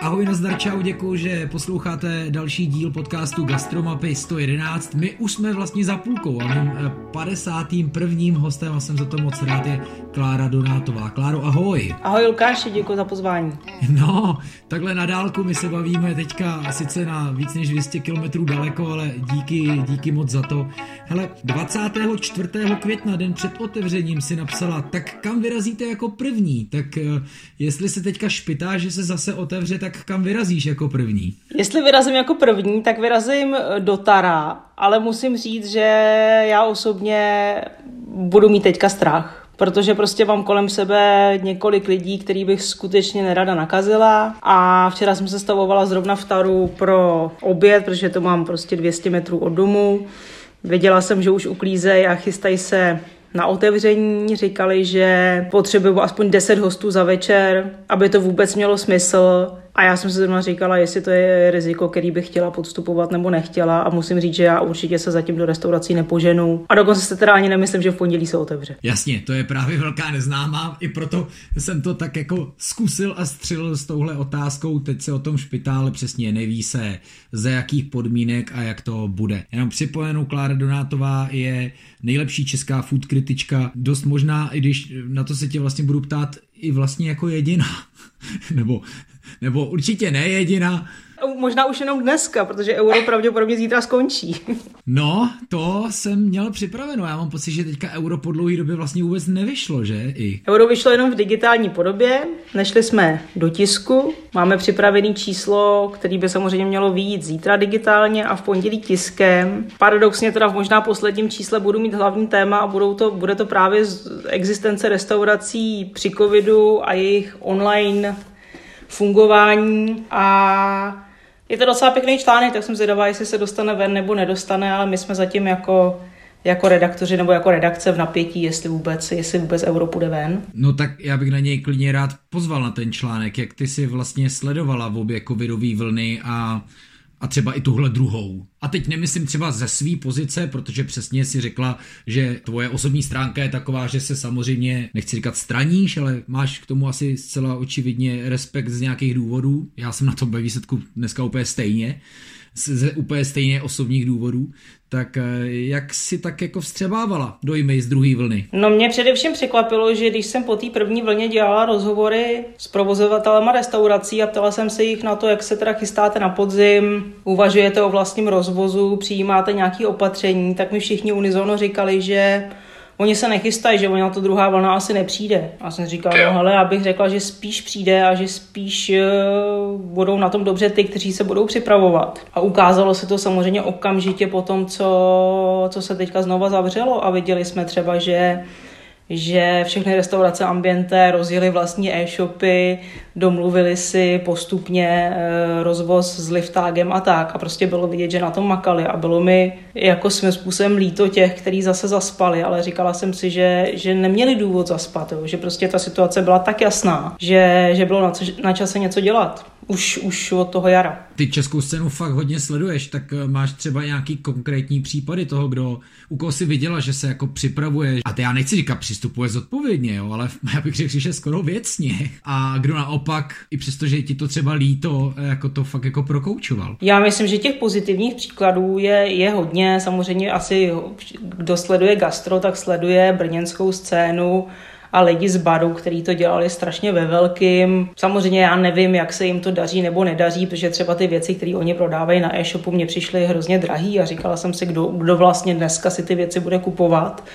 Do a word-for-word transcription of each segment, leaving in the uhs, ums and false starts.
Ahoj, nazdar, čau, děkuji, že posloucháte další díl podcastu Gastromapy sto jedenáct. My už jsme vlastně za půlkou a mým padesátým prvním hostem, a jsem za to moc rád, je Klára Donátová. Kláro, ahoj. Ahoj Lukáši, děkuji za pozvání. No, takhle na dálku my se bavíme teďka sice na víc než dvě stě kilometrů daleko, ale díky, díky moc za to. Hele, dvacátého čtvrtého května, den před otevřením, si napsala, tak kam vyrazíte jako první? Tak jestli se teďka špitá, že se zase otevře, tak kam vyrazíš jako první? Jestli vyrazím jako první, tak vyrazím do Tara, ale musím říct, že já osobně budu mít teďka strach, protože prostě mám kolem sebe několik lidí, který bych skutečně nerada nakazila, a včera jsem se stavovala zrovna v Taru pro oběd, protože to mám prostě dvě stě metrů od domu. Věděla jsem, že už uklízej a chystají se na otevření, říkali, že potřebují aspoň deset hostů za večer, aby to vůbec mělo smysl. A já jsem si zrovna říkala, jestli to je riziko, který bych chtěla podstupovat nebo nechtěla, a musím říct, že já určitě se zatím do restaurací nepoženu. A dokonce se teda ani nemyslím, že v pondělí se otevře. Jasně, to je právě velká neznámá, i proto jsem to tak jako zkusil a střelil s touhle otázkou. Teď se o tom špitále přesně neví se, za jakých podmínek a jak to bude. Jenom připomenu, Klára Donátová je nejlepší česká food kritička, dost možná, i když na to se tě vlastně budu ptát, i vlastně jako jediná. nebo, nebo určitě ne jediná. Možná už jenom dneska, protože euro pravděpodobně zítra skončí. No, to jsem měl připraveno. Já mám pocit, že teďka euro po dlouhé době vlastně vůbec nevyšlo, že? I. Euro vyšlo jenom v digitální podobě, nešli jsme do tisku, máme připravený číslo, který by samozřejmě mělo vyjít zítra digitálně a v pondělí tiskem. Paradoxně teda v možná posledním čísle budu mít hlavní téma a budou to, bude to právě z existence restaurací při covidu a jejich online fungování, a je to docela pěkný článek, tak jsem zvědavá, jestli se dostane ven nebo nedostane, ale my jsme zatím jako, jako redaktoři nebo jako redakce v napětí, jestli vůbec, jestli vůbec euro půjde ven. No tak já bych na něj klidně rád pozval na ten článek, jak ty si vlastně sledovala v obě covidové vlny a a třeba i tuhle druhou. A teď nemyslím třeba ze svý pozice, protože přesně si řekla, že tvoje osobní stránka je taková, že se samozřejmě, nechci říkat straníš, ale máš k tomu asi zcela očividně respekt z nějakých důvodů. Já jsem na tom ve výsledku dneska úplně stejně, ze úplně stejně osobních důvodů. Tak jak si tak jako vstřebávala dojmy z druhé vlny? No mě především překvapilo, že když jsem po té první vlně dělala rozhovory s provozovatelema restaurací a ptala jsem se jich na to, jak se teda chystáte na podzim, uvažujete o vlastním rozvozu, přijímáte nějaké opatření, tak mi všichni unizono říkali, že oni se nechystají, že oni na to druhá vlna asi nepřijde. A jsem říkal, no hele, já bych řekla, že spíš přijde a že spíš uh, budou na tom dobře ty, kteří se budou připravovat. A ukázalo se to samozřejmě okamžitě po tom, co, co se teďka znova zavřelo, a viděli jsme třeba, že že všechny restaurace Ambiente rozjeli vlastní e-shopy, domluvili si postupně e, rozvoz s liftágem a tak, a prostě bylo vidět, že na tom makali, a bylo mi jako svým způsobem líto těch, kteří zase zaspali, ale říkala jsem si, že, že neměli důvod zaspat, jo, že prostě ta situace byla tak jasná, že, že bylo na, na čase něco dělat. Už, už od toho jara. Ty českou scénu fakt hodně sleduješ, tak máš třeba nějaký konkrétní případy toho, kdo, u koho si viděla, že se jako připravuje, a to já nechci říkat přistupuje zodpovědně, jo, ale já bych řekl, že skoro věcně, a kdo naopak, i přesto, že ti to třeba líto, jako to fakt jako prokoučoval. Já myslím, že těch pozitivních příkladů je, je hodně, samozřejmě asi kdo sleduje gastro, tak sleduje brněnskou scénu a lidi z baru, kteří to dělali strašně ve velkým. Samozřejmě já nevím, jak se jim to daří nebo nedaří, protože třeba ty věci, které oni prodávají na e-shopu, mně přišly hrozně drahý a říkala jsem si, kdo, kdo vlastně dneska si ty věci bude kupovat.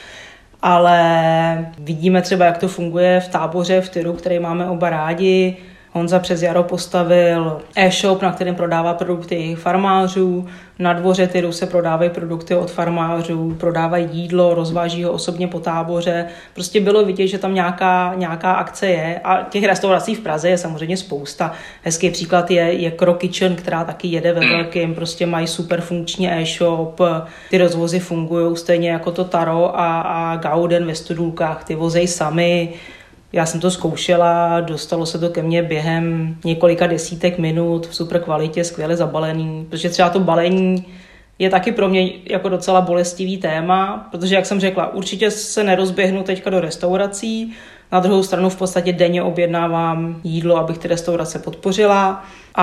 Ale vidíme třeba, jak to funguje v Táboře, v Tyru, který máme oba rádi. Honza přes jaro postavil e-shop, na kterém prodává produkty farmářů. Na dvoře Tyru se prodávají produkty od farmářů, prodávají jídlo, rozváží ho osobně po Táboře. Prostě bylo vidět, že tam nějaká, nějaká akce je, a těch restaurací v Praze je samozřejmě spousta. Hezký příklad je, je Kro Kitchen, která taky jede ve velkým, prostě mají super funkční e-shop, ty rozvozy fungují stejně jako to Taro a, a Gauden ve Studulkách, ty vozej sami. Já jsem to zkoušela, dostalo se to ke mně během několika desítek minut v super kvalitě, skvěle zabalený, protože třeba to balení je taky pro mě jako docela bolestivý téma, protože jak jsem řekla, určitě se nerozběhnu teďka do restaurací, Na druhou stranu v podstatě denně objednávám jídlo, abych ty restaurace podpořila.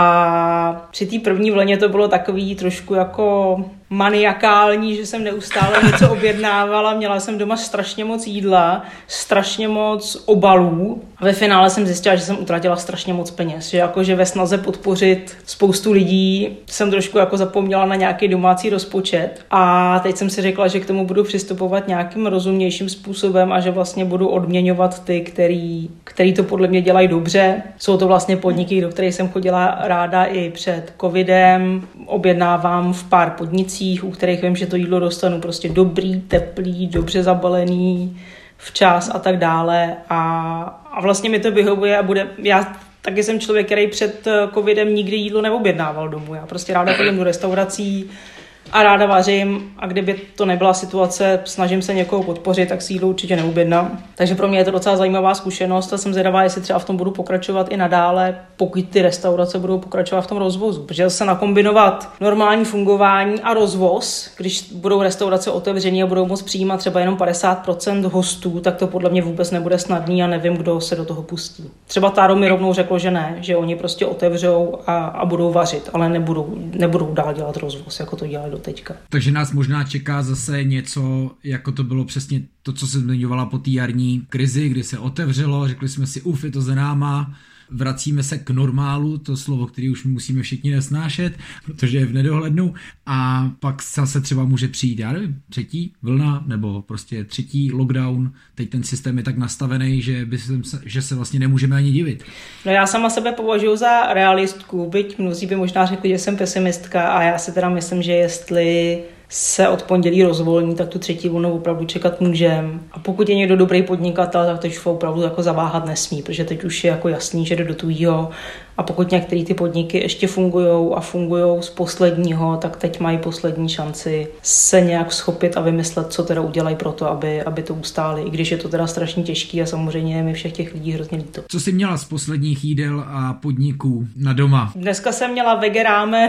A při té první vlně to bylo takový trošku jako maniakální, že jsem neustále něco objednávala. Měla jsem doma strašně moc jídla, strašně moc obalů. A ve finále jsem zjistila, že jsem utratila strašně moc peněz. Že jakože ve snaze podpořit spoustu lidí jsem trošku jako zapomněla na nějaký domácí rozpočet. A teď jsem si řekla, že k tomu budu přistupovat nějakým rozumnějším způsobem a že vlastně budu odměňovat ty, který, který to podle mě dělají dobře. Jsou to vlastně podniky, do kterých jsem chodila ráda i před covidem. Objednávám v pár podnicích, u kterých vím, že to jídlo dostanu prostě dobrý, teplý, dobře zabalený, včas a tak dále. A, a vlastně mi to vyhovuje a bude... Já taky jsem člověk, který před covidem nikdy jídlo neobjednával domů. Já prostě ráda chodím do restaurací a ráda vařím a kdyby to nebyla situace, snažím se někoho podpořit, tak si jídlo určitě neobjednám. Takže pro mě je to docela zajímavá zkušenost a jsem zvědavá, jestli třeba v tom budu pokračovat i nadále, pokud ty restaurace budou pokračovat v tom rozvozu. Protože se nakombinovat normální fungování a rozvoz, když budou restaurace otevřený a budou moct přijímat třeba jenom padesát procent hostů, tak to podle mě vůbec nebude snadný a nevím, kdo se do toho pustí. Třeba Taro mi rovnou řeklo, že ne, že oni prostě otevřou a, a budou vařit, ale nebudou, nebudou dál dělat rozvoz, jako to dělají do teďka. Takže nás možná čeká zase něco, jako to bylo přesně to, co se zmiňovala po té jarní krizi, kdy se otevřelo, řekli jsme si, uf, je to za náma, vracíme se k normálu, to slovo, který už musíme všichni nesnášet, protože je v nedohlednu a pak zase třeba může přijít, já nevím, třetí vlna nebo prostě třetí lockdown, teď ten systém je tak nastavený, že, by se, že se vlastně nemůžeme ani divit. No já sama sebe považuji za realistku, byť mnozí by možná řekli, že jsem pesimistka a já si teda myslím, že jestli se od pondělí rozvolní, tak tu třetí vlnu opravdu čekat můžem. A pokud je někdo dobrý podnikatel, tak teď už opravdu jako zaváhat nesmí, protože teď už je jako jasný, že jde do tujího. A pokud některé ty podniky ještě fungujou a fungujou z posledního, tak teď mají poslední šanci se nějak schopit a vymyslet, co teda udělají pro to, aby, aby to ustáli. I když je to teda strašně těžký a samozřejmě je mi všech těch lidí hrozně líto. Co jsi měla z posledních jídel a podniků na doma? Dneska jsem měla vege rámen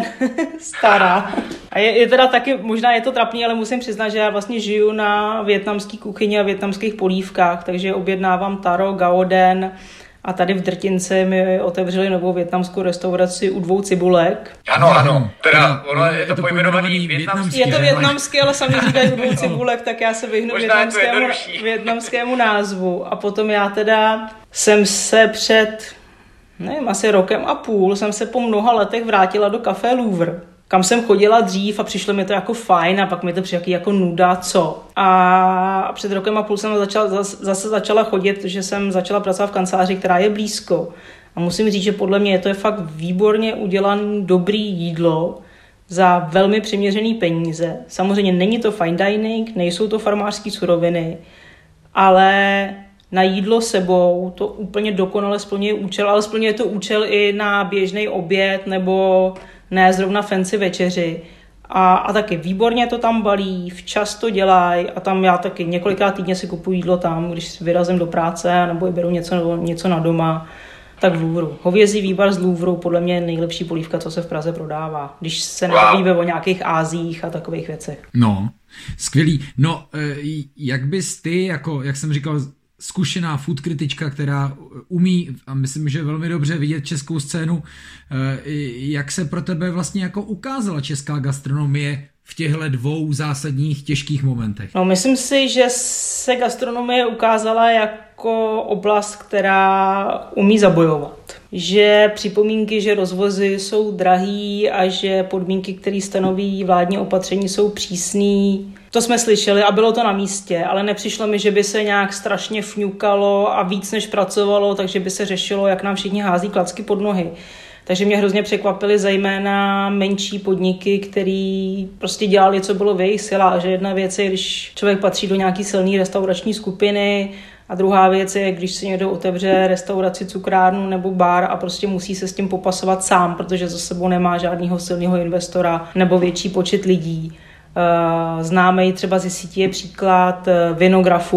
stará. A je, je teda taky, možná je to trapný, ale musím přiznat, že já vlastně žiju na vietnamské kuchyni a vietnamských polívkách, takže objednávám taro, gaoden a tady v Drtinci mi otevřeli novou vietnamskou restauraci u Dvou cibulek. Ano, ano, teda ono je to, to pojmenovaný vietnamský. Je to vietnamský, ale sami říkají u Dvou cibulek, tak já se vyhnu vietnamskému, vietnamskému názvu. A potom já teda jsem se před, nevím, asi rokem a půl, jsem se po mnoha letech vrátila do Café Louvre, kam jsem chodila dřív a přišlo mi to jako fajn a pak mi to přišlo jako nuda, co. A před rokem a půl jsem začala, zase začala chodit, že jsem začala pracovat v kanceláři, která je blízko. A musím říct, že podle mě to je fakt výborně udělané dobrý jídlo za velmi přiměřený peníze. Samozřejmě není to fine dining, nejsou to farmářské suroviny, ale na jídlo sebou to úplně dokonale splňuje účel, ale splňuje to účel i na běžný oběd nebo ne zrovna fancy večeři. A, a taky výborně to tam balí, včas to dělají a tam já taky několikrát týdně si kupuji jídlo tam, když vyrazím do práce nebo beru něco, něco na doma, tak v Louvru. Hovězí výbar z Louvru podle mě je nejlepší polívka, co se v Praze prodává, když se nebavíme o nějakých Áziích a takových věcech. No, skvělý. No, jak bys ty, jako, jak jsem říkal, zkušená food kritička, která umí a myslím, že velmi dobře vidět českou scénu, jak se pro tebe vlastně jako ukázala česká gastronomie v těchto dvou zásadních těžkých momentech? No, myslím si, že se gastronomie ukázala jako oblast, která umí zabojovat. Že připomínky, že rozvozy jsou drahý a že podmínky, které stanoví vládní opatření, jsou přísný. To jsme slyšeli a bylo to na místě, ale nepřišlo mi, že by se nějak strašně fňukalo a víc než pracovalo, takže by se řešilo, jak nám všichni hází klacky pod nohy. Takže mě hrozně překvapily zejména menší podniky, který prostě dělali, co bylo v jejich silách. Že jedna věc je, když člověk patří do nějaký silný restaurační skupiny, a druhá věc je, když si někdo otevře restauraci, cukrárnu nebo bar a prostě musí se s tím popasovat sám, protože za sebou nemá žádného silného investora nebo větší počet lidí. Známe ji třeba ze sítě je příklad Vinografu,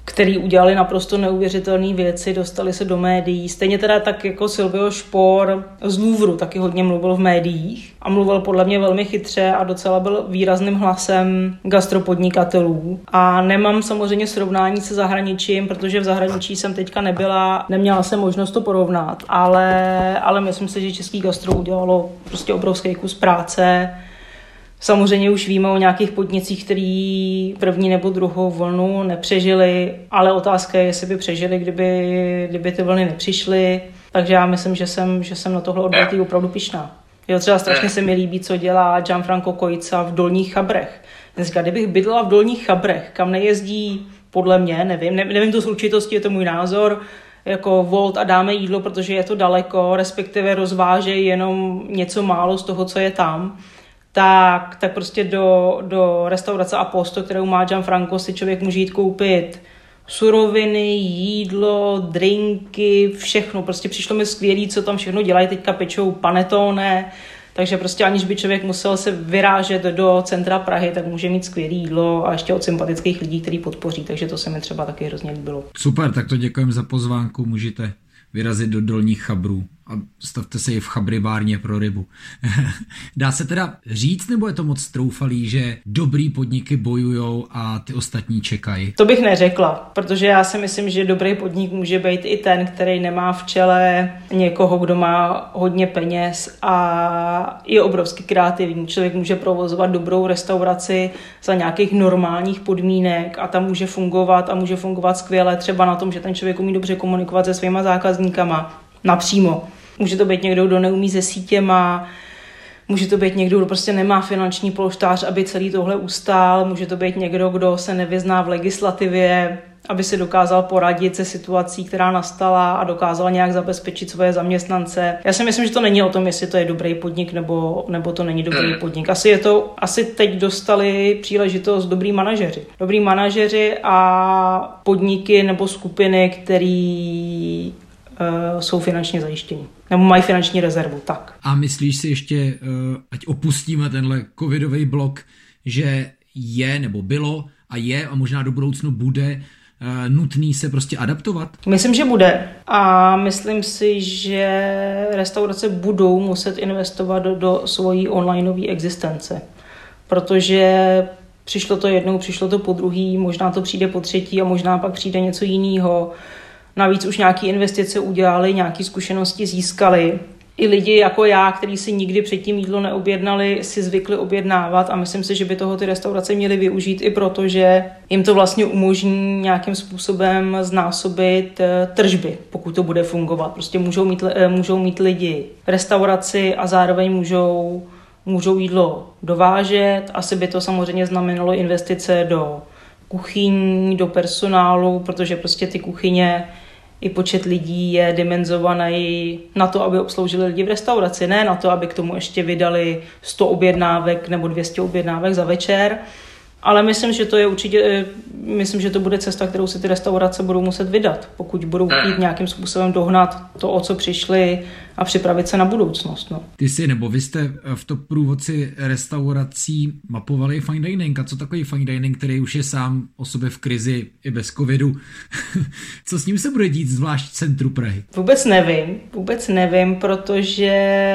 který udělali naprosto neuvěřitelné věci, dostali se do médií. Stejně teda tak jako Silvio Spor z Louvru taky hodně mluvil v médiích a mluvil podle mě velmi chytře a docela byl výrazným hlasem gastropodnikatelů. A nemám samozřejmě srovnání se zahraničím, protože v zahraničí jsem teďka nebyla, neměla jsem možnost to porovnat, ale, ale myslím si, že český gastro udělalo prostě obrovský kus práce. Samozřejmě už víme o nějakých podnicích, který první nebo druhou vlnu nepřežili, ale otázka je, jestli by přežili, kdyby, kdyby ty vlny nepřišly. Takže já myslím, že jsem, že jsem na tohle odvětví opravdu pyšná. Jo, třeba strašně se mi líbí, co dělá Gianfranco Coica v Dolních Chabrech. Dneska, kdybych bydlela v Dolních Chabrech, kam nejezdí, podle mě, nevím, ne, nevím to s určitostí, je to můj názor, jako Volt a dáme jídlo, protože je to daleko, respektive rozvážejí jenom něco málo z toho, co je tam, tak, tak prostě do, do restaurace Aposto, kterou má Gianfranco, si člověk může jít koupit suroviny, jídlo, drinky, všechno. Prostě přišlo mi skvělý, co tam všechno dělají. Teďka pečou panettone, takže prostě aniž by člověk musel se vyrážet do centra Prahy, tak může mít skvělé jídlo a ještě od sympatických lidí, který podpoří. Takže to se mi třeba taky hrozně líbilo. Super, tak to děkujeme za pozvánku. Můžete vyrazit do Dolních Chabrů a stavte se i v chabrivárně pro rybu. Dá se teda říct, nebo je to moc troufalý, že dobrý podniky bojujou a ty ostatní čekají? To bych neřekla, protože já si myslím, že dobrý podnik může být i ten, který nemá v čele někoho, kdo má hodně peněz a je obrovsky kreativní. Člověk může provozovat dobrou restauraci za nějakých normálních podmínek a tam může fungovat a může fungovat skvěle třeba na tom, že ten člověk umí dobře komunikovat se svýma zákazníkama napřímo. Může to být někdo, kdo neumí se sítěma, může to být někdo, kdo prostě nemá finanční polštář, aby celý tohle ustál, může to být někdo, kdo se nevyzná v legislativě, aby si dokázal poradit se situací, která nastala a dokázal nějak zabezpečit svoje zaměstnance. Já si myslím, že to není o tom, jestli to je dobrý podnik nebo, nebo to není dobrý podnik. Asi je to, asi teď dostali příležitost dobrý manažeři. Dobrý manažeři a podniky nebo skupiny, který uh, jsou finančně zajištění. Nebo mají finanční rezervu, tak. A myslíš si ještě, uh, ať opustíme tenhle covidový blok, že je nebo bylo a je a možná do budoucnu bude nutný se prostě adaptovat? Myslím, že bude. A myslím si, že restaurace budou muset investovat do, do svojí onlineové existence. Protože přišlo to jednou, přišlo to po druhý, možná to přijde po třetí a možná pak přijde něco jiného. Navíc už nějaké investice udělali, nějaké zkušenosti získali. I lidi jako já, kteří si nikdy předtím jídlo neobjednali, si zvykli objednávat a myslím si, že by toho ty restaurace měly využít i proto, že jim to vlastně umožní nějakým způsobem znásobit tržby, pokud to bude fungovat. Prostě můžou mít, můžou mít lidi v restauraci a zároveň můžou, můžou jídlo dovážet. Asi by to samozřejmě znamenalo investice do kuchyní, do personálu, protože prostě ty kuchyně i počet lidí je dimenzovaný na to, aby obsloužili lidi v restauraci, ne na to, aby k tomu ještě vydali sto objednávek nebo dvě stě objednávek za večer. Ale myslím, že to je určitě, myslím, že to bude cesta, kterou si ty restaurace budou muset vydat, pokud budou chtít nějakým způsobem dohnat to, o co přišli a připravit se na budoucnost. No. Ty jsi, nebo vy jste v top průvodci restaurací mapovali fine dining. A co takový fine dining, který už je sám o sobě v krizi i bez covidu? Co s ním se bude dít, zvlášť v centru Prahy? Vůbec nevím, vůbec nevím, protože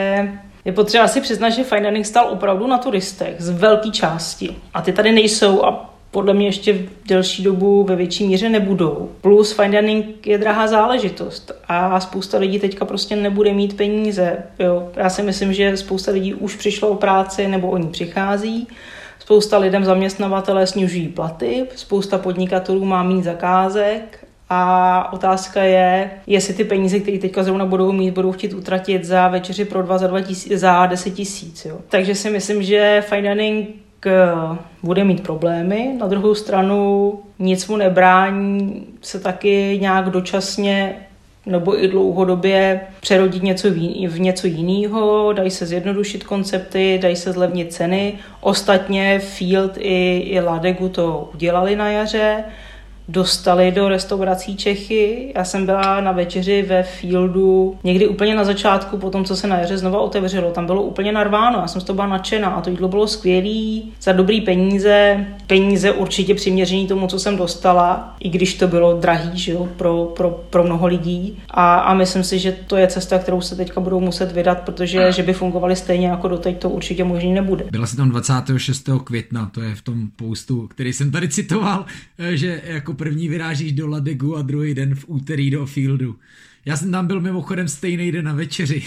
je potřeba si přiznat, že fine dining stál opravdu na turistech z velké části. A ty tady nejsou a podle mě ještě v delší dobu ve větší míře nebudou. Plus fine dining je drahá záležitost a spousta lidí teďka prostě nebude mít peníze. Jo. Já si myslím, že spousta lidí už přišlo o práci nebo o ní přichází. Spousta lidem zaměstnavatelé snižují platy, spousta podnikatelů má mít zakázek. A otázka je, jestli ty peníze, které teďka zrovna budou mít, budou chtít utratit za večeři pro dva za, dva tisíc, za deset tisíc. Jo. Takže si myslím, že fine dining bude mít problémy. Na druhou stranu nic mu nebrání se taky nějak dočasně nebo i dlouhodobě přerodit něco v, v něco jiného, dají se zjednodušit koncepty, dají se zlevnit ceny. Ostatně Field i, i Ladegu to udělali na jaře. dostali do restaurací Čechy. Já jsem byla na večeři ve Fieldu někdy úplně na začátku, po tom, co se na jaře znova otevřelo. Tam bylo úplně narváno, já jsem z toho byla nadšená a to jídlo bylo skvělý, za dobrý peníze, peníze určitě přiměřený tomu, co jsem dostala, i když to bylo drahý, že jo, pro, pro, pro mnoho lidí. A, a myslím si, že to je cesta, kterou se teďka budou muset vydat, protože že by fungovaly stejně jako doteď, to určitě možný nebude. Byla jsi tam dvacátého šestého května, to je v tom postu, který jsem tady citoval, že jako první vyrážíš do Ladegu a druhý den v úterý do Fieldu. Já jsem tam byl mimochodem stejný den na večeři.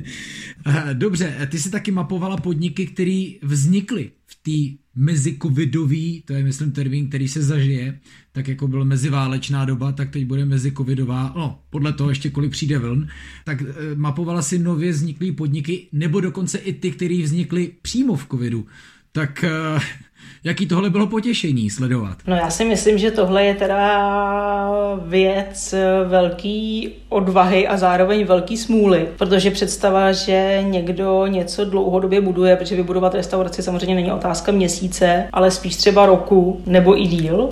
Dobře, ty jsi taky mapovala podniky, které vznikly v té mezikovidový, to je myslím termín, který se zažije, tak jako byla meziválečná doba, tak teď bude mezikovidová, no podle toho ještě kolik přijde vln, tak mapovala si nově vzniklý podniky, nebo dokonce i ty, které vznikly přímo v covidu. Tak jaký tohle bylo potěšení sledovat? No já si myslím, že tohle je teda věc velký odvahy a zároveň velký smůly, protože představa, že někdo něco dlouhodobě buduje, protože vybudovat restauraci samozřejmě není otázka měsíce, ale spíš třeba roku nebo i díl,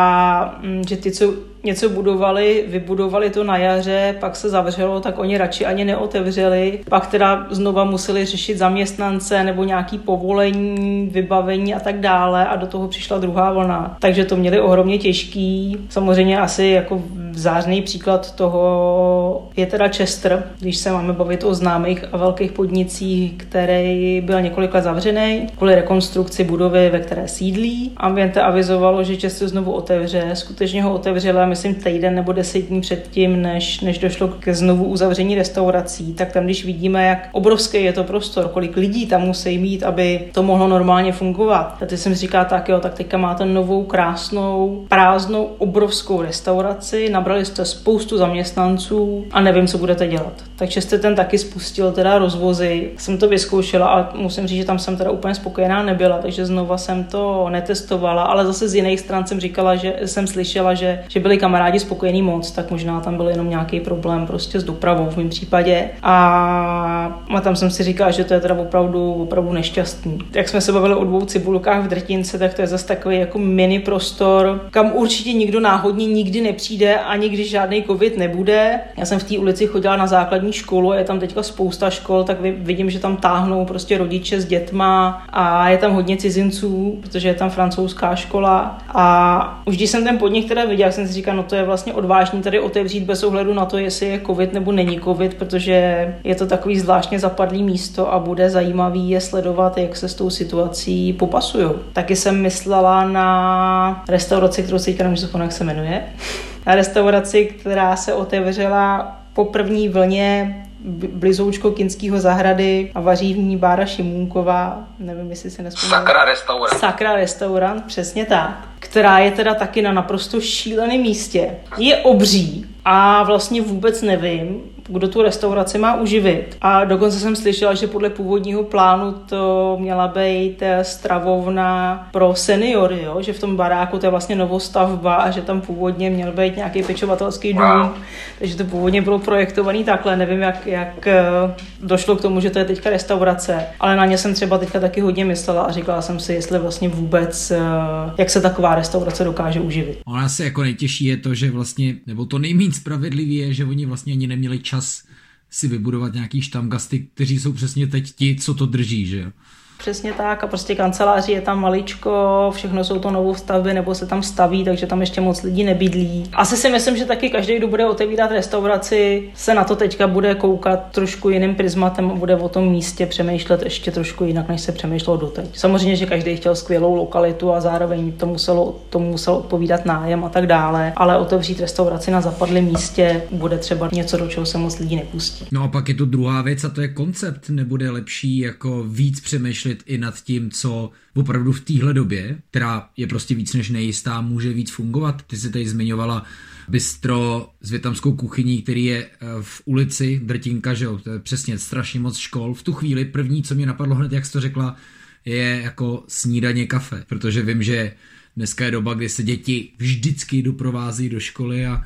a že ty, co něco budovali, vybudovali to na jaře, pak se zavřelo, tak oni radši ani neotevřeli. Pak teda znova museli řešit zaměstnance nebo nějaký povolení, vybavení a tak dále a do toho přišla druhá vlna. Takže to měli ohromně těžký. Samozřejmě asi jako zářný příklad toho je teda Chester, když se máme bavit o známých a velkých podnicích, který byl několik let zavřený kvůli rekonstrukci budovy, ve které sídlí. Ambiente avizovalo, že Chester znovu otevře. Skutečně ho otevřela, myslím, týden nebo deset dní předtím, než, než došlo ke znovu uzavření restaurací. Tak tam, když vidíme, jak obrovský je to prostor, kolik lidí tam musí mít, aby to mohlo normálně fungovat. A teď jsem si říká, tak jo, tak teďka máte novou, krásnou, prázdnou, obrovskou restauraci, nabrali jste spoustu zaměstnanců a nevím, co budete dělat. Takže jste ten taky spustil teda rozvozy. Jsem to vyzkoušela, ale musím říct, že tam jsem teda úplně spokojená nebyla, takže znova jsem to netestovala, ale zase z jiných stran jsem říkala, že jsem slyšela, že, že byli kamarádi spokojení moc, tak možná tam byl jenom nějaký problém prostě s dopravou v mém případě. A, a tam jsem si říkala, že to je teda opravdu, opravdu nešťastný. Jak jsme se bavili o dvou cibulkách v Drtince, tak to je zase takový jako mini prostor, kam určitě nikdo náhodně nikdy nepřijde, ani když žádný covid nebude. Já jsem v té ulici chodila na základní školu, je tam teďka spousta škol, tak vidím, že tam táhnou prostě rodiče s dětma a je tam hodně cizinců, protože je tam francouzská škola. A už když jsem ten podnik teda viděla, jsem si říkala, no to je vlastně odvážný tady otevřít bez ohledu na to, jestli je covid nebo není covid, protože je to takový zvláštně zapadlý místo a bude zajímavý je sledovat, jak se s tou situací popasujou. Taky jsem myslela na restauraci, kterou si teďka nemůžu zapomenout, jak se jmenuje. Na restauraci, která se otevřela po první vlně blizoučko Kinského zahrady a vaří v ní Bára Šimůnková, nevím, jestli si nespomínám. Sakra restaurant. Sakra restaurant, přesně tak. Která je teda taky na naprosto šíleném místě. Je obří a vlastně vůbec nevím, kdo tu restauraci má uživit. A dokonce jsem slyšela, že podle původního plánu to měla být stravovna pro seniory, jo? Že v tom baráku to je vlastně novostavba a že tam původně měl být nějaký pečovatelský dům. Wow. Takže to původně bylo projektovaný takhle. Nevím, jak, jak došlo k tomu, že to je teďka restaurace. Ale na ně jsem třeba teďka taky hodně myslela a říkala jsem si, jestli vlastně vůbec, jak se taková restaurace dokáže uživit. Ona se jako nejtěžší je to, že vlastně, nebo to nejméně spravedlivý je, že oni vlastně ani neměli čas si vybudovat nějaký štamgasty, kteří jsou přesně teď ti, co to drží, že jo? Přesně tak a prostě kanceláří je tam maličko, všechno jsou to novostavby nebo se tam staví, takže tam ještě moc lidí nebydlí. Asi si myslím, že taky každý, kdo bude otevírat restauraci, se na to teďka bude koukat trošku jiným prismatem a bude o tom místě přemýšlet ještě trošku jinak, než se přemýšlelo doteď. Samozřejmě, že každý chtěl skvělou lokalitu a zároveň to muselo, tomu musel odpovídat nájem a tak dále, ale otevřít restauraci na zapadlém místě bude třeba něco, do čeho se moc lidí nepustí. No a pak je to druhá věc a to je koncept. Nebude lepší jako víc přemýšlet i nad tím, co opravdu v téhle době, která je prostě víc než nejistá, může víc fungovat. Ty jsi tady zmiňovala bistro s vietnamskou kuchyní, který je v ulici Drtinka, že jo, to je přesně strašně moc škol. V tu chvíli první, co mě napadlo hned, jak jsi to řekla, je jako snídaně kafe, protože vím, že dneska je doba, kdy se děti vždycky doprovází do školy a,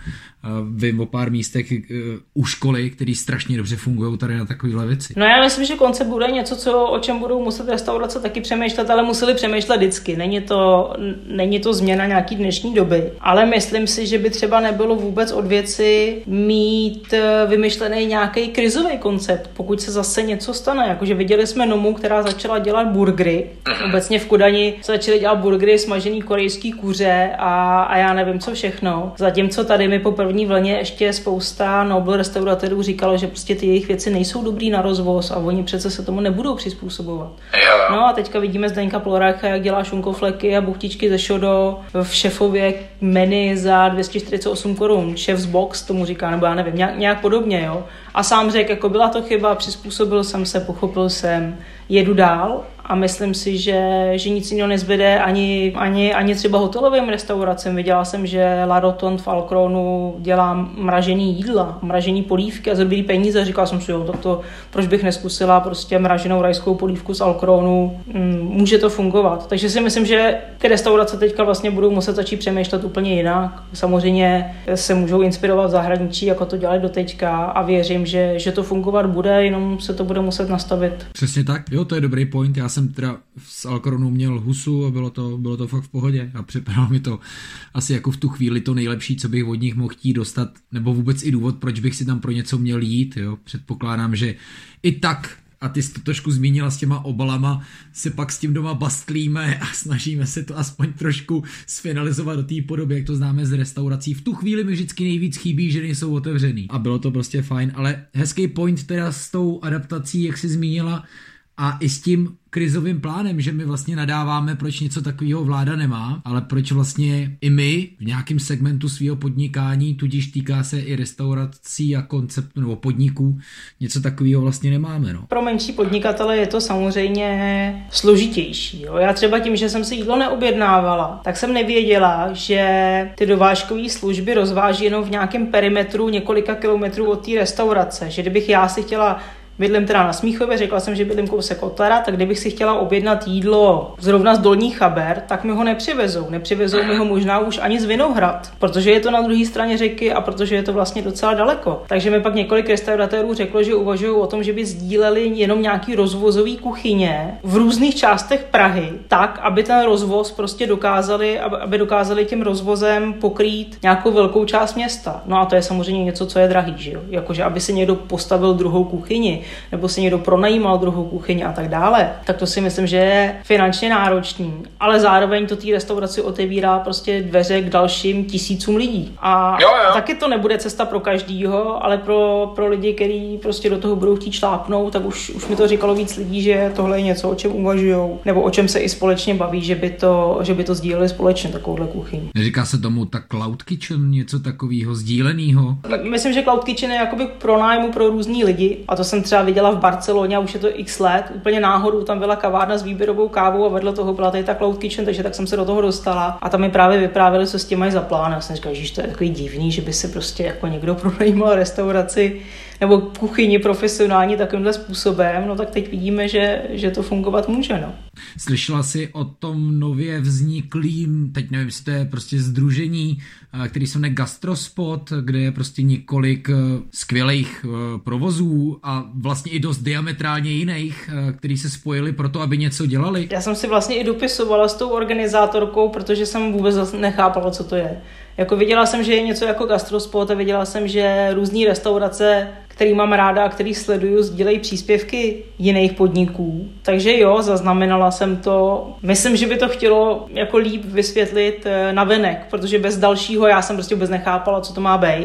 vím o pár místech u školy, který strašně dobře fungují tady na takovéhle věci. No já myslím, že koncept bude něco, co, o čem budou muset restaurace taky přemýšlet, ale museli přemýšlet vždycky. Není to, není to změna nějaký dnešní doby, ale myslím si, že by třeba nebylo vůbec od věci mít vymyšlený nějaký krizový koncept, pokud se zase něco stane. Jakože viděli jsme Nomu, která začala dělat burgery. Obecně v Kodani začaly dělat burgery, smažený korejský kuře a, a já nevím co všechno. Zatímco tady mi po první vlně ještě spousta Noble restauratérů říkalo, že prostě ty jejich věci nejsou dobrý na rozvoz a oni přece se tomu nebudou přizpůsobovat. No a teďka vidíme Zdeňka Ploráka, jak dělá šunkofleky a buchtičky ze šodo v šefově menu za dvě stě čtyřicet osm korun. Chef's box tomu říká, nebo já nevím, nějak, nějak podobně, jo. A sám řekl, jako byla to chyba, přizpůsobil jsem se, pochopil jsem, jedu dál a myslím si, že, že nic jiného nezbyde ani, ani, ani třeba hotelovým restauracím. Viděla jsem, že La Rotonde v Alcronu dělá mražený jídla, mražený polívky a za dobrý peníze. Říkala jsem si, jo, tak to, proč bych neskusila prostě mraženou rajskou polívku z Alcronu. Mm, může to fungovat. Takže si myslím, že ty restaurace teďka vlastně budou muset začít přemýšlet úplně jinak. Samozřejmě se můžou inspirovat v zahraničí, jako to dělali doteďka a věřím, že, že to fungovat bude, jenom se to bude muset nastavit. Přesně tak, jo, to je dobrý point. Já jsem teda z Alcronu měl husu a bylo to, bylo to fakt v pohodě a připadalo mi to asi jako v tu chvíli to nejlepší, co bych od nich mohl chtít dostat, nebo vůbec i důvod, proč bych si tam pro něco měl jít, jo. Předpokládám, že i tak, a ty jsi to trošku zmínila s těma obalama, se pak s tím doma bastlíme a snažíme se to aspoň trošku sfinalizovat do té podoby, jak to známe z restaurací. V tu chvíli mi vždycky nejvíc chybí, že nejsou otevřený. A bylo to prostě fajn, ale hezký point teda s tou adaptací, jak jsi zmínila, a i s tím krizovým plánem, že my vlastně nadáváme, proč něco takového vláda nemá, ale proč vlastně i my v nějakém segmentu svého podnikání, tudíž týká se i restaurací a konceptu nebo podniků, něco takového vlastně nemáme. No. Pro menší podnikatele je to samozřejmě složitější. Jo. Já třeba tím, že jsem si jídlo neobjednávala, tak jsem nevěděla, že ty dovážkové služby rozváží jenom v nějakém perimetru několika kilometrů od té restaurace. Že kdybych já si chtěla bydlím teda na Smíchově, řekla jsem, že bydlím kousek Kotlera, tak kdybych si chtěla objednat jídlo zrovna z Dolních Chaber, tak mi ho nepřivezou. Nepřivezou mi ho možná už ani z Vinohrad, protože je to na druhé straně řeky a protože je to vlastně docela daleko. Takže mi pak několik restauratérů řeklo, že uvažují o tom, že by sdíleli jenom nějaký rozvozový kuchyně v různých částech Prahy, tak, aby ten rozvoz prostě dokázali, aby dokázali tím rozvozem pokrýt nějakou velkou část města. No a to je samozřejmě něco, co je drahý, že jo? Jakože aby si někdo postavil druhou kuchyni, nebo si někdo pronajímal druhou kuchyni a tak dále, tak to si myslím, že je finančně náročný, ale zároveň to té restauraci otevírá prostě dveře k dalším tisícům lidí. A jo, jo. taky to nebude cesta pro každýho, ale pro, pro lidi, kteří prostě do toho budou chtít šlápnout, tak už, už mi to říkalo víc lidí, že tohle je něco, o čem uvažujou, nebo o čem se i společně baví, že by to, že by to sdíleli společně, takovouhle kuchyň. Neříká se tomu tak Cloud Kitchen, něco takového sdíleného? Myslím, že Cloud Kitchen je jakoby pro nájmu pro různý lidi a to jsem třeba viděla v Barceloně a už je to x let. Úplně náhodou tam byla kavárna s výběrovou kávou a vedle toho byla tady ta Cloud Kitchen, takže tak jsem se do toho dostala a tam mi právě vyprávěli, co s tím mají za plán. Já jsem říkala, že to je takový divný, že by se prostě jako někdo pronajímal restauraci nebo kuchyni profesionální takovýmhle způsobem, no tak teď vidíme, že, že to fungovat může, no. Slyšela jsi o tom nově vzniklým, teď nevím, jestli to je prostě sdružení, který se jmenuje Gastrospot, kde je prostě několik skvělých provozů a vlastně i dost diametrálně jiných, který se spojili pro to, aby něco dělali. Já jsem si vlastně i dopisovala s tou organizátorkou, protože jsem vůbec nechápala, co to je. Jako viděla jsem, že je něco jako Gastrospot a viděla jsem, že různý restaurace, který mám ráda a který sleduju, sdílejí příspěvky jiných podniků. Takže jo, zaznamenala jsem to. Myslím, že by to chtělo jako líp vysvětlit navenek, protože bez dalšího já jsem prostě vůbec nechápala, co to má být.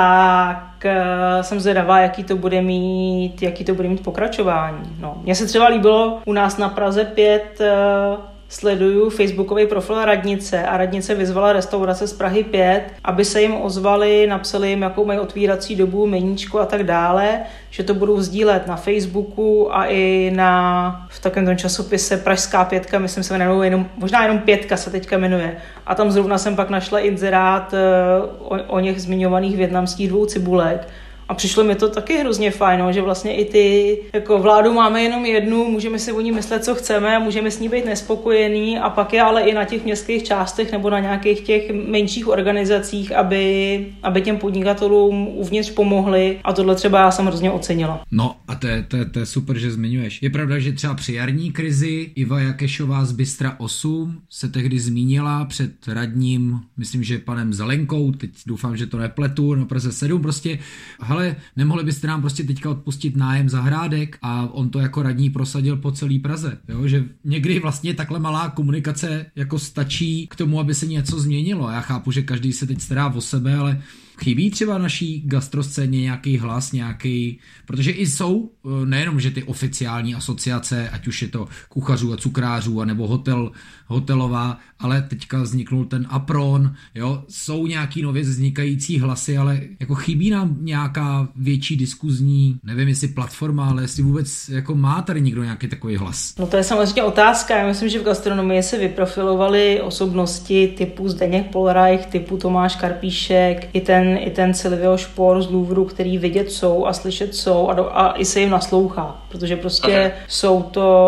Tak jsem zvědavá, jaký to bude mít, jaký to bude mít pokračování. No. Mně se třeba líbilo u nás na Praze pět sleduju facebookový profil Radnice a Radnice vyzvala restaurace z Prahy pět, aby se jim ozvali, napsali jim, jakou mají otvírací dobu, meníčko a tak dále, že to budou sdílet na Facebooku a i na v takovém tom časopise Pražská pětka, myslím se jmenuje, jenom, možná jenom pětka se teďka jmenuje. A tam zrovna jsem pak našla inzerát o, o něch zmiňovaných vietnamských dvou cibulek. A přišlo mi to taky hrozně fajn, že vlastně i ty, jako vládu máme jenom jednu, můžeme si o ní myslet, co chceme, můžeme s ní být nespokojený a pak je ale i na těch městských částech nebo na nějakých těch menších organizacích, aby, aby těm podnikatelům uvnitř pomohli a tohle třeba já jsem hrozně ocenila. No a to je, to, je, to je super, že zmiňuješ. Je pravda, že třeba při jarní krizi Iva Jakešová z Bystra osm se tehdy zmínila před radním, myslím, že panem Zelenkou, teď doufám, že to nepletu, na Praze sedm prostě, hele, nemohli byste nám prostě teďka odpustit nájem zahrádek a on to jako radní prosadil po celý Praze, jo? Že někdy vlastně takhle malá komunikace jako stačí k tomu, aby se něco změnilo. Já chápu, že každý se teď stará o sebe, ale chybí třeba naší gastroscéně nějaký hlas, nějaký, protože i jsou nejenom, že ty oficiální asociace, ať už je to kuchařů a cukrářů, anebo hotel, hotelová, ale teďka vzniknul ten Apron, jo, jsou nějaký nově vznikající hlasy, ale jako chybí nám nějaká větší diskuzní, nevím jestli platforma, ale jestli vůbec jako má tady někdo nějaký takový hlas. No to je samozřejmě otázka, já myslím, že v gastronomii se vyprofilovaly osobnosti typu Zdeněk Polreich, typu Tomáš Karpíšek, i ten, i ten Silvio Špor z Louvru, který vidět jsou a slyšet jsou a, do, a i se jim naslouchá, protože prostě okay. jsou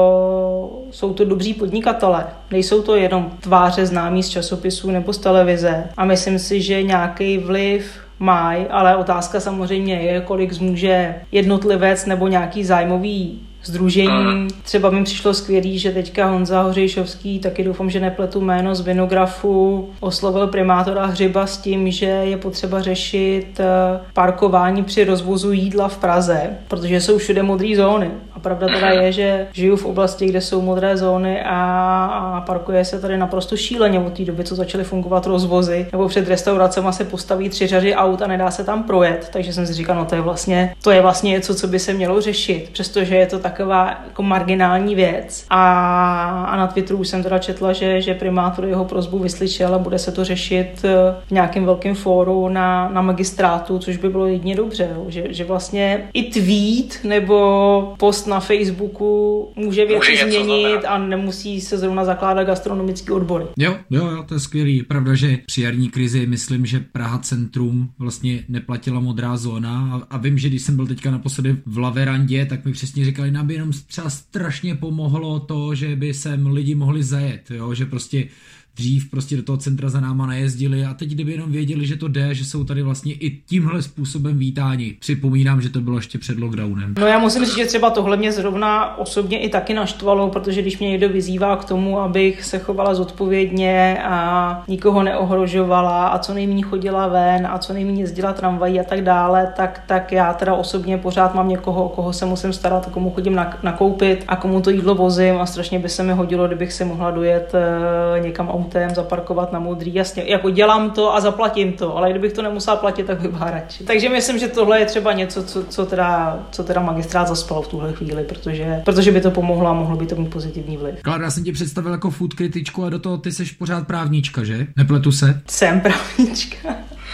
to, jsou to dobří podnikatelé, nejsou to jenom tváře známí z časopisů nebo z televize a myslím si, že nějaký vliv mají, ale otázka samozřejmě je, kolik zmůže jednotlivec nebo nějaký zájmový sdružení. Třeba mi přišlo skvělý, že teďka Honza Hořejšovský, taky doufám, že nepletu jméno z Vinografu, oslovil primátora Hřiba s tím, že je potřeba řešit parkování při rozvozu jídla v Praze, protože jsou všude modré zóny. A pravda teda je, že žiju v oblasti, kde jsou modré zóny a, a parkuje se tady naprosto šíleně od té doby, co začaly fungovat rozvozy, nebo před restauracemi se postaví tři řady aut a nedá se tam projet. Takže jsem si říkal, no to je vlastně, to je vlastně něco, co by se mělo řešit, přestože je to taková jako marginální věc. A, a na Twitteru už jsem teda četla, že, že primátor jeho prosbu vyslyšel a bude se to řešit v nějakém velkém fóru na, na magistrátu, což by bylo jedině dobře, že, že vlastně i tweet nebo post na Facebooku může věci může změnit a nemusí se zrovna zakládat gastronomický odbory. Jo, jo, jo, to je skvělý. Pravda, že při jarní krizi myslím, že Praha centrum vlastně neplatila modrá zóna a, a vím, že když jsem byl teďka naposledy v Laverandě, tak mi přesně říkali, nám by jenom třeba strašně pomohlo to, že by sem lidi mohli zajet, jo, že prostě dřív prostě do toho centra za náma nejezdili a teď kdyby jenom věděli, že to jde, že jsou tady vlastně i tímhle způsobem vítáni. Připomínám, že to bylo ještě před lockdownem. No já musím říct, že třeba tohle mě zrovna osobně i taky naštvalo, protože když mě někdo vyzývá k tomu, abych se chovala zodpovědně a nikoho neohrožovala a co nejméně chodila ven a co nejméně jezdila tramvají a tak dále, tak, tak já teda osobně pořád mám někoho, o koho se musím starat, komu chodím nakoupit a komu to jídlo vozím a strašně by se mi hodilo, kdybych si mohla dojet uh, někam autem, zaparkovat na modrý, jasně, jako dělám to a zaplatím to, ale kdybych to nemusela platit, tak bych byla radši. Takže myslím, že tohle je třeba něco, co, co, teda, co teda magistrát zaspal v tuhle chvíli, protože, protože by to pomohlo a mohlo by to mít pozitivní vliv. Klára, já jsem tě představil jako food kritičku a do toho ty seš pořád právnička, že? Nepletu se? Jsem právnička.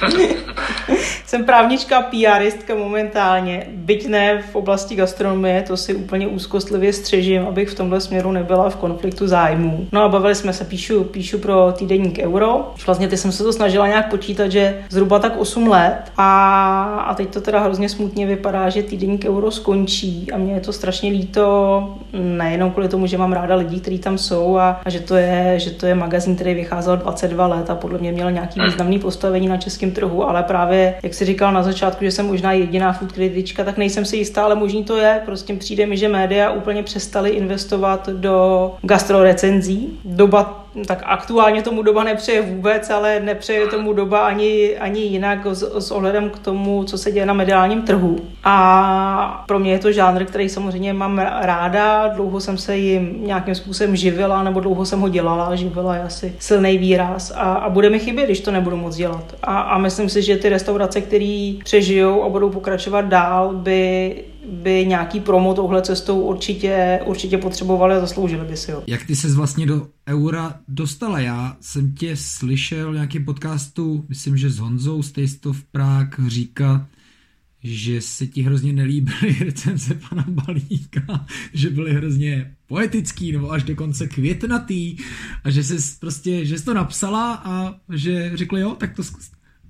Jsem právnička a PRistka momentálně, byť ne v oblasti gastronomie, to si úplně úzkostlivě střežím, abych v tomhle směru nebyla v konfliktu zájmů. No a bavili jsme se, píšu, píšu pro týdeník Euro. Vlastně teď jsem se to snažila nějak počítat, že zhruba tak osm let a, a teď to teda hrozně smutně vypadá, že týdeník Euro skončí a mně je to strašně líto, nejenom kvůli tomu, že mám ráda lidi, kteří tam jsou a, a že, to je, že to je magazín, který vycházel dvacet dva let a podle mě měl nějaký významný postavení na českém trhu, ale právě, jak jsi říkal na začátku, že jsem možná jediná food kritička, tak nejsem si jistá, ale možný to je. Prostě přijde mi, že média úplně přestaly investovat do gastrorecenzí. Doba, tak aktuálně tomu doba nepřeje vůbec, ale nepřeje tomu doba ani, ani jinak s, s ohledem k tomu, co se děje na mediálním trhu. A pro mě je to žánr, který samozřejmě mám ráda, dlouho jsem se jim nějakým způsobem živila, nebo dlouho jsem ho dělala, živila je asi silný výraz a, a bude mi chybět, když to nebudu moc dělat. A, a myslím si, že ty restaurace, které přežijou a budou pokračovat dál, by by nějaký promo touhle cestou určitě, určitě potřebovali a zasloužili by si ho. Jak ty ses vlastně do Eura dostala? Já jsem tě slyšel v nějakém podcastu, myslím, že s Honzou z Taste of Prague říká, že se ti hrozně nelíbily recenze pana Balíka, že byly hrozně poetický nebo až dokonce květnatý a že jsi prostě, že jsi to napsala a že řekli jo, tak to zkus.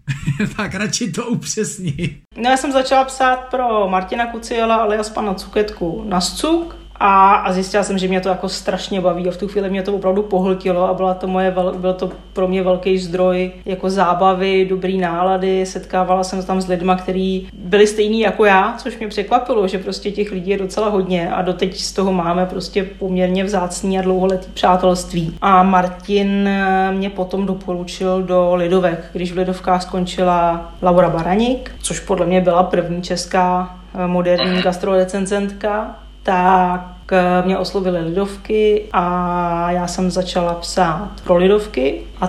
Tak radši to upřesni. No já jsem začala psát pro Martina Kuciela alias pana Cuketku na Scuk. A, a zjistila jsem, že mě to jako strašně baví a v tu chvíli mě to opravdu pohltilo a byla to moje, byl to pro mě velký zdroj jako zábavy, dobrý nálady, setkávala jsem se tam s lidma, kteří byli stejní jako já, což mě překvapilo, že prostě těch lidí je docela hodně a doteď z toho máme prostě poměrně vzácný a dlouholetý přátelství. A Martin mě potom doporučil do Lidovek, když v Lidovkách skončila Laura Baraník, což podle mě byla první česká moderní gastrorecenzentka, tak mě oslovily Lidovky a já jsem začala psát pro Lidovky a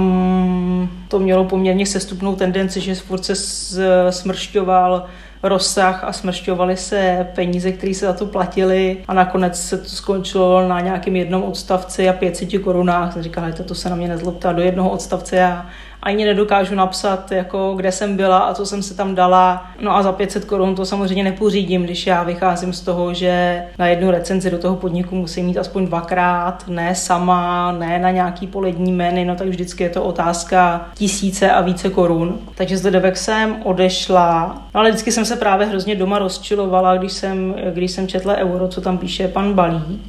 tam to mělo poměrně sestupnou tendenci, že furt se smršťoval rozsah a smršťovaly se peníze, které se za to platily a nakonec se to skončilo na nějakém jednom odstavci a pět set korunách. Jsem říkala, to se na mě nezlobte, do jednoho odstavce já ani nedokážu napsat, jako kde jsem byla a co jsem se tam dala. No a za pět set korun to samozřejmě nepořídím, když já vycházím z toho, že na jednu recenzi do toho podniku musím mít aspoň dvakrát, ne sama, ne na nějaký polední menu, no tak vždycky je to otázka tisíce a více korun. Takže z Lidovek jsem odešla, no ale vždycky jsem se právě hrozně doma rozčilovala, když jsem, když jsem četla Euro, co tam píše pan Balík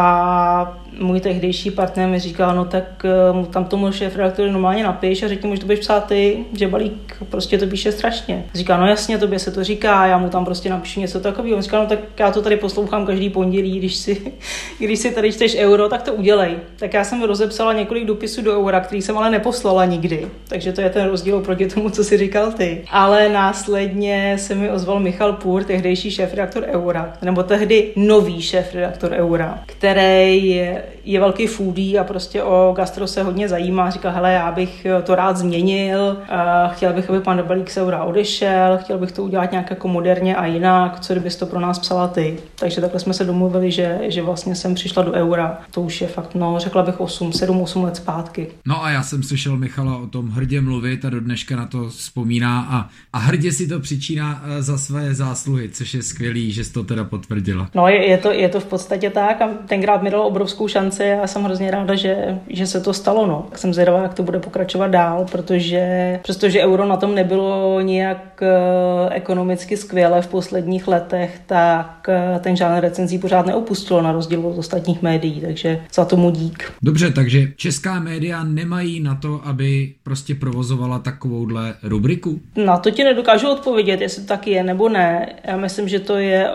a můj tehdejší partner mi říkal, no tak mu tam tomu šéfredaktorovi normálně napiš a řekni mu, že to budeš psát ty, že Balík prostě to píše strašně. Říká, no jasně, tobě se to říká, já mu tam prostě napíšu něco takového. On říká, no tak já to tady poslouchám každý pondělí, když si, když si tady čteš Euro, tak to udělej. Tak já jsem rozepsala několik dopisů do Eura, který jsem ale neposlala nikdy. Takže to je ten rozdíl proti tomu, co si říkal ty. Ale následně se mi ozval Michal Půr, tehdejší šéfredaktor Eura, nebo tehdy nový šéfredaktor Eura, který je, je velký foodie a prostě o gastro se hodně zajímá. Říkal, hele, já bych to rád změnil, chtěl bych, aby pan Balík z Eura odešel, chtěl bych to udělat nějak jako moderně a jinak, co kdybys to pro nás psala ty. Takže takhle jsme se domluvili, že, že vlastně jsem přišla do Eura. To už je fakt, no, řekla bych osm, sedm, osm let zpátky. No a já jsem slyšel Michala o tom hrdě mluvit a do dneška na to vzpomíná a, a hrdě si to přičíná za své zásluhy, což je skvělý, že jsi to teda potvrdila. No je, je, to, je to v podstatě tak a tenkrát mi dalo obrovskou šanci a jsem hrozně ráda, že, že se to stalo. No. Tak jsem zvědavá, jak to bude pokračovat dál, protože přestože Euro na tom nebylo nějak uh, ekonomicky skvěle v posledních letech, tak uh, ten žánr recenzí pořád neopustilo na rozdíl od ostatních médií, takže za tomu dík. Dobře, takže česká média nemají na to, aby prostě provozovala takovouhle rubriku? Na to ti nedokážu odpovědět, jestli to taky je nebo ne. Já myslím, že to je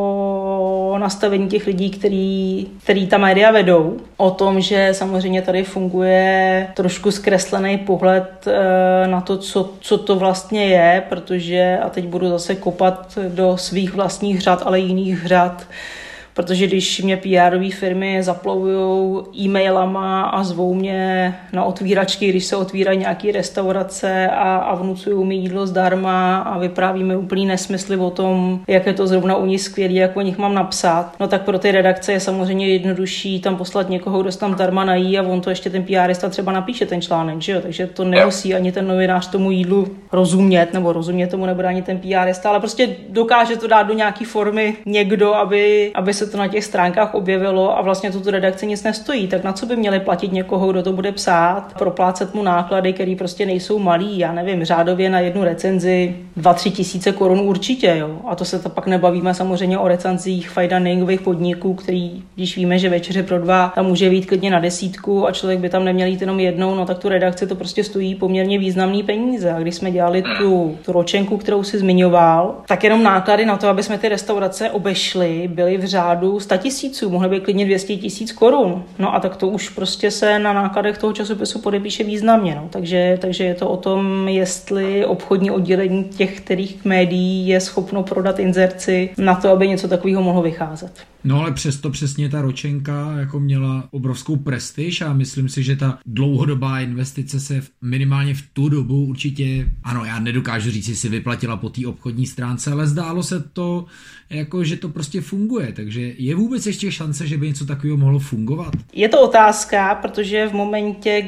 o nastavení těch lidí, který, který ta média vedou. O tom, že samozřejmě tady funguje trošku zkreslený pohled na to, co, co to vlastně je, protože, a teď budu zase kopat do svých vlastních řad, ale jiných řad, protože když mě P R-ové firmy zaplouvujou e-mailama a zvou mě na otvíračky, když se otvírají nějaké restaurace a, a vnucují mi jídlo zdarma a vypráví mi úplný nesmysly o tom, jak je to zrovna u nich skvělý, jak o nich mám napsat, no tak pro ty redakce je samozřejmě jednodušší tam poslat někoho, kdo se tam zdarma nají a on to ještě ten PRista třeba napíše ten článek, že jo? Takže to nemusí ani ten novinář tomu jídlu rozumět, nebo rozumět tomu nebude ani ten PRista, ale prostě dokáže to dát do nějaké formy někdo, aby, aby se to na těch stránkách objevilo a vlastně tuto redakci nic nestojí, tak na co by měli platit někoho, kdo to bude psát, proplácet mu náklady, které prostě nejsou malý, já nevím, řádově na jednu recenzi dva tři tisíce korun určitě, jo. A to se to pak nebavíme samozřejmě o recenzích fine diningových podniků, který, když víme, že večeře pro dva tam může být klidně na desítku a člověk by tam neměl jít jenom jednou, no tak tu redakci to prostě stojí poměrně významný peníze. A když jsme dělali tu, tu ročenku, kterou si zmiňoval, tak jenom náklady na to, aby jsme ty restaurace obešli, byly v řádu sto tisíců, mohly být klidně dvě stě tisíc korun. No a tak to už prostě se na nákladech toho časopisu podepíše významně. No. Takže, takže je to o tom, jestli obchodní oddělení těch, kterých médií je schopno prodat inzerci na to, aby něco takového mohlo vycházet. No ale přesto přesně ta ročenka jako měla obrovskou prestiž a myslím si, že ta dlouhodobá investice se minimálně v tu dobu určitě, ano, já nedokážu říct, jestli vyplatila po té obchodní stránce, ale zdálo se to jako, že to prostě funguje, takže je vůbec ještě šance, že by něco takového mohlo fungovat? Je to otázka, protože v momentě,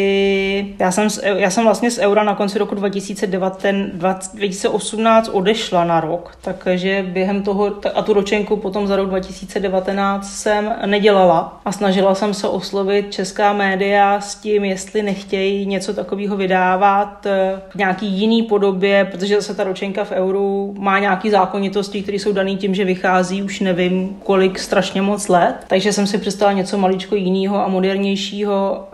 kdy já jsem, já jsem vlastně z Eura na konci roku dva tisíce devatenáct, dva tisíce osmnáct odešla na rok, takže během toho, a tu ročenku potom za rok dva tisíce tisíce devatenáct jsem nedělala a snažila jsem se oslovit česká média s tím, jestli nechtějí něco takového vydávat v nějaký jiný podobě, protože zase ta ročenka v euru má nějaký zákonitosti, které jsou dané tím, že vychází už nevím kolik strašně moc let. Takže jsem si představila něco maličko jiného a modernějšího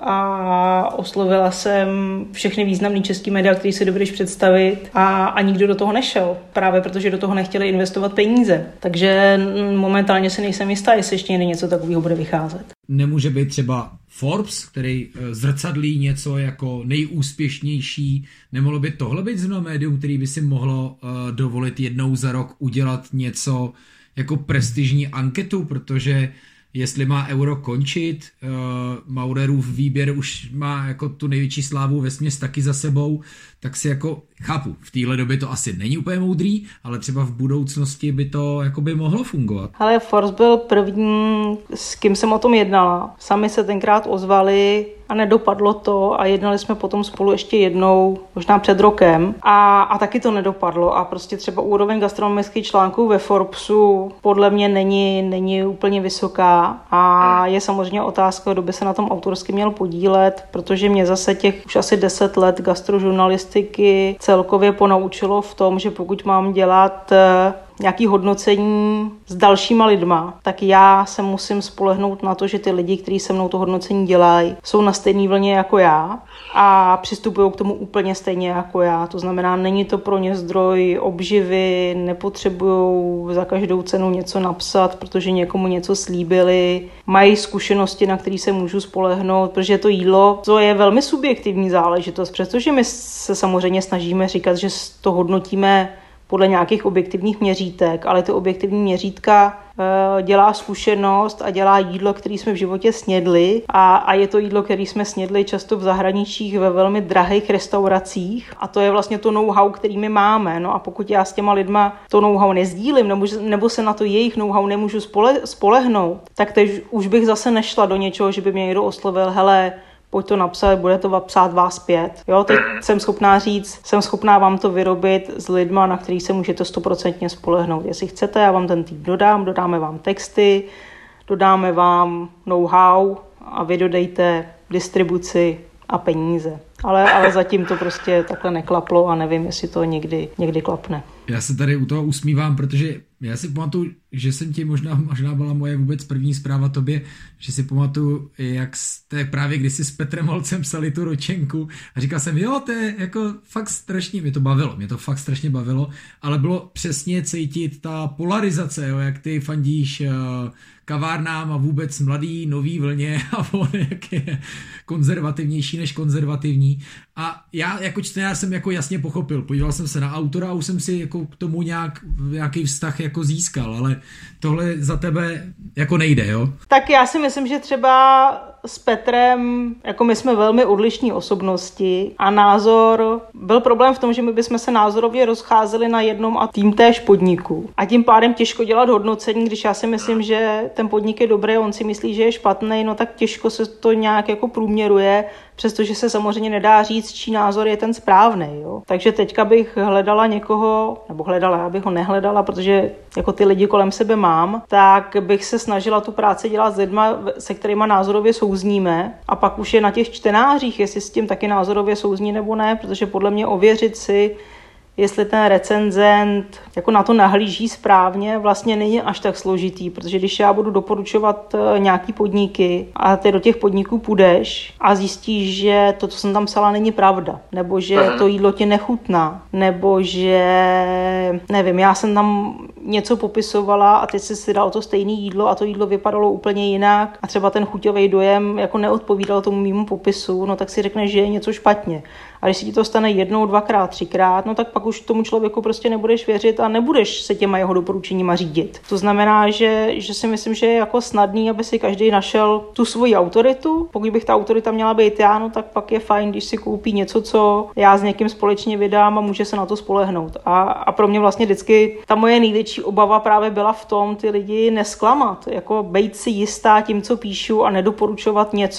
a oslovila jsem všechny významné české média, které si dovedeš představit a, a nikdo do toho nešel. Právě protože do toho nechtěli investovat peníze. Takže momentálně si nejsem jistá, jestli ještě něco takového bude vycházet. Nemůže být třeba Forbes, který zrcadlí něco jako nejúspěšnější. Nemohlo by tohle být zrovna médium, který by si mohlo uh, dovolit jednou za rok udělat něco jako prestižní anketu, protože jestli má euro končit, uh, Maurerův výběr už má jako tu největší slávu vesměs taky za sebou, tak si jako chápu, v téhle době to asi není úplně moudrý, ale třeba v budoucnosti by to jako by mohlo fungovat. Ale Forbes byl první, s kým jsem o tom jednala. Sami se tenkrát ozvali a nedopadlo to a jednali jsme potom spolu ještě jednou, možná před rokem a, a taky to nedopadlo a prostě třeba úroveň gastronomických článků ve Forbesu podle mě není, není úplně vysoká a je samozřejmě otázka, kdo by se na tom autorsky měl podílet, protože mě zase těch už asi deset let gastrožurnalistiky celkově ponaučilo v tom, že pokud mám dělat nějaký hodnocení s dalšíma lidma, tak já se musím spolehnout na to, že ty lidi, kteří se mnou to hodnocení dělají, jsou na stejné vlně jako já a přistupují k tomu úplně stejně jako já. To znamená, není to pro ně zdroj obživy, nepotřebují za každou cenu něco napsat, protože někomu něco slíbili, mají zkušenosti, na které se můžu spolehnout, protože to jídlo, to je velmi subjektivní záležitost, přestože my se samozřejmě snažíme říkat, že to hodnotíme podle nějakých objektivních měřítek, ale ty objektivní měřítka e, dělá zkušenost a dělá jídlo, které jsme v životě snědli a, a je to jídlo, které jsme snědli často v zahraničích ve velmi drahých restauracích a to je vlastně to know-how, který my máme. No a pokud já s těma lidma to know-how nezdílím nebo, nebo se na to jejich know-how nemůžu spole, spolehnout, tak teď už bych zase nešla do něčeho, že by mě někdo oslovil, hele, pojď to napsat, bude to psát vás pět. Jo, teď jsem schopná říct, jsem schopná vám to vyrobit s lidma, na který se můžete stoprocentně spolehnout. Jestli chcete, já vám ten tým dodám, dodáme vám texty, dodáme vám know-how a vy dodejte distribuci a peníze. Ale, ale zatím to prostě takhle neklaplo a nevím, jestli to někdy, někdy klapne. Já se tady u toho usmívám, protože já si pamatuju, že jsem ti možná, možná byla moje vůbec první zpráva tobě, že si pamatuju, jak jste právě kdysi s Petrem Holcem psali tu ročenku a říkal jsem, jo, to je jako fakt strašně, mě to bavilo, mě to fakt strašně bavilo, ale bylo přesně cítit ta polarizace, jo, jak ty fandíš uh, kavárnám a vůbec mladý, nový vlně a on jak je konzervativnější než konzervativní. A já jako čtenář jsem jako jasně pochopil, podíval jsem se na autora a už jsem si jako k tomu nějak, nějaký vztah jako získal, ale tohle za tebe jako nejde, jo? Tak já si myslím, že třeba s Petrem, jako my jsme velmi odlišní osobnosti a názor, byl problém v tom, že my bychom se názorově rozcházeli na jednom a tým též podniku. A tím pádem těžko dělat hodnocení, když já si myslím, že ten podnik je dobrý, on si myslí, že je špatný, no tak těžko se to nějak jako průměruje, přestože se samozřejmě nedá říct, čí názor je ten správný. Jo? Takže teďka bych hledala někoho, nebo hledala, já bych ho nehledala, protože jako ty lidi kolem sebe mám, tak bych se snažila tu práci dělat s lidma, se kterýma názorově souzníme a pak už je na těch čtenářích, jestli s tím taky názorově souzní nebo ne, protože podle mě ověřit si, jestli ten recenzent jako na to nahlíží správně, vlastně není až tak složitý, protože když já budu doporučovat nějaký podniky a ty do těch podniků půjdeš a zjistíš, že to, co jsem tam psala, není pravda, nebo že to jídlo tě nechutná, nebo že, nevím, já jsem tam něco popisovala a teď jsi si dal to stejné jídlo a to jídlo vypadalo úplně jinak a třeba ten chuťový dojem jako neodpovídal tomu mému popisu, no tak si řekneš, že je něco špatně. A když si ti to stane jednou, dvakrát, třikrát, no tak pak už tomu člověku prostě nebudeš věřit a nebudeš se těma jeho doporučeníma řídit. To znamená, že, že si myslím, že je jako snadný, aby si každý našel tu svoji autoritu. Pokud bych ta autorita měla být já, no tak pak je fajn, když si koupí něco, co já s někým společně vydám a může se na to spolehnout. A, a pro mě vlastně vždycky ta moje největší obava právě byla v tom, ty lidi nesklamat. Jako bejt si jistá tím, co píšu a nedoporučovat něco,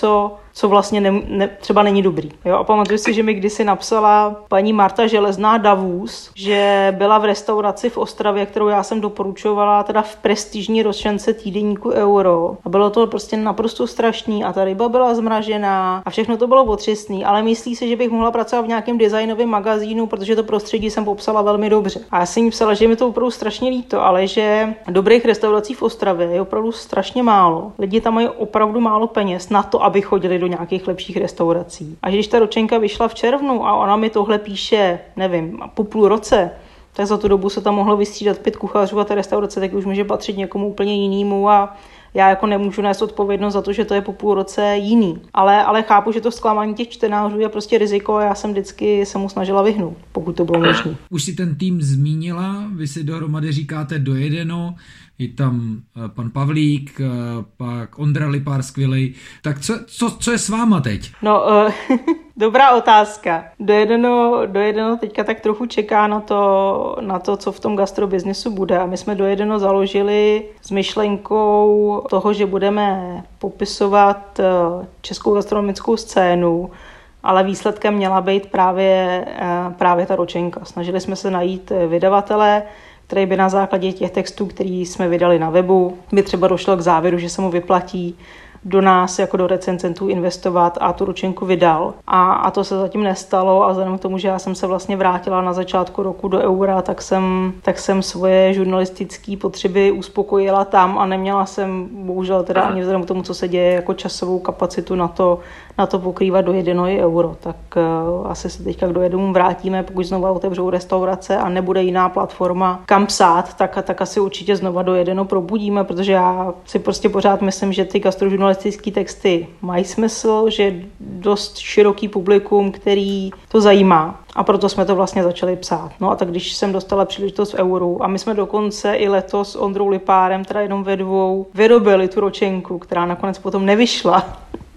co vlastně ne, ne, třeba není dobrý. Jo? A pamatuju si, že mi kdysi napsala paní Marta Železná Davus, že byla v restauraci v Ostravě, kterou já jsem doporučovala, teda v prestižní rozšance týdeníku Euro. A bylo to prostě naprosto strašný a ta ryba byla zmražená a všechno to bylo otřesný, ale myslí si, že bych mohla pracovat v nějakém designovém magazínu, protože to prostředí jsem popsala velmi dobře. A já jsem jí psala, že mi to opravdu strašně líto, ale že dobrých restaurací v Ostravě je opravdu strašně málo. Lidi tam mají opravdu málo peněz na to, aby chodili do nějakých lepších restaurací. A když ta ročenka vyšla v červnu a ona mi tohle píše, nevím, po půl roce, tak za tu dobu se tam mohlo vystřídat pět kuchařů a ta restaurace tak už může patřit někomu úplně jinému a já jako nemůžu nést odpovědnost za to, že to je po půl roce jiný. Ale, ale chápu, že to zklamání těch čtenářů je prostě riziko a já jsem vždycky se mu snažila vyhnout, pokud to bylo možné. Už si ten tým zmínila, vy si dohromady říkáte dojedeno, je tam pan Pavlík, pak Ondra Lipár skvělej. Tak co, co, co je s váma teď? No, uh, dobrá otázka. Dojedeno, dojedeno teďka tak trochu čeká na to, na to, co v tom gastrobiznesu bude. A my jsme dojedeno založili s myšlenkou toho, že budeme popisovat českou gastronomickou scénu, ale výsledkem měla být právě, právě ta ročenka. Snažili jsme se najít vydavatele, který by na základě těch textů, který jsme vydali na webu, by třeba došlo k závěru, že se mu vyplatí do nás jako do recenzentů investovat a tu ročenku vydal. A, a to se zatím nestalo a vzhledem k tomu, že já jsem se vlastně vrátila na začátku roku do Eura, tak jsem, tak jsem svoje žurnalistické potřeby uspokojila tam a neměla jsem bohužel teda ani vzhledem k tomu, co se děje, jako časovou kapacitu na to, na to pokrývat do jedno i Euro. Tak uh, asi se teďka k dojednům vrátíme, pokud znovu otevřou restaurace a nebude jiná platforma kam psát, tak, tak asi určitě znova do jedno probudíme, protože já si prostě pořád myslím, že ty gastrožurnalistické texty mají smysl, že je dost široký publikum, který to zajímá. A proto jsme to vlastně začali psát. No a tak když jsem dostala příležitost v Euru a my jsme dokonce i letos s Ondrou Lipárem, teda jenom ve dvou, vyrobili tu ročenku, která nakonec potom nevyšla.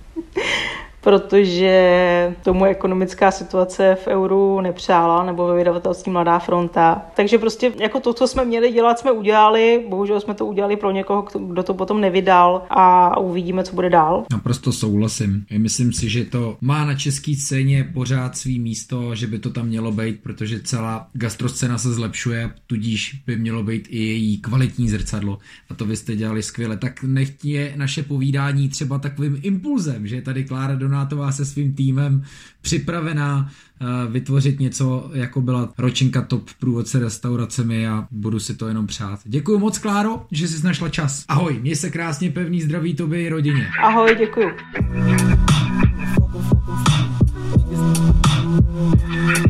Protože tomu ekonomická situace v Euru nepřála, nebo ve vydavatelství Mladá fronta. Takže prostě jako to, co jsme měli dělat, jsme udělali. Bohužel jsme to udělali pro někoho, kdo to potom nevydal a uvidíme, co bude dál. Naprosto souhlasím. Myslím si, že to má na české scéně pořád svý místo, že by to tam mělo být, protože celá gastroscéna se zlepšuje, tudíž by mělo být i její kvalitní zrcadlo. A to vy jste dělali skvěle. Tak nechť je naše povídání třeba takovým impulzem, že je tady Klára Donátová se svým týmem připravená uh, vytvořit něco, jako byla ročenka Top průvodce restauracemi a budu si to jenom přát. Děkuju moc, Kláro, že jsi našla čas. Ahoj, měj se krásně, pevný zdraví tobě i rodině. Ahoj, děkuju.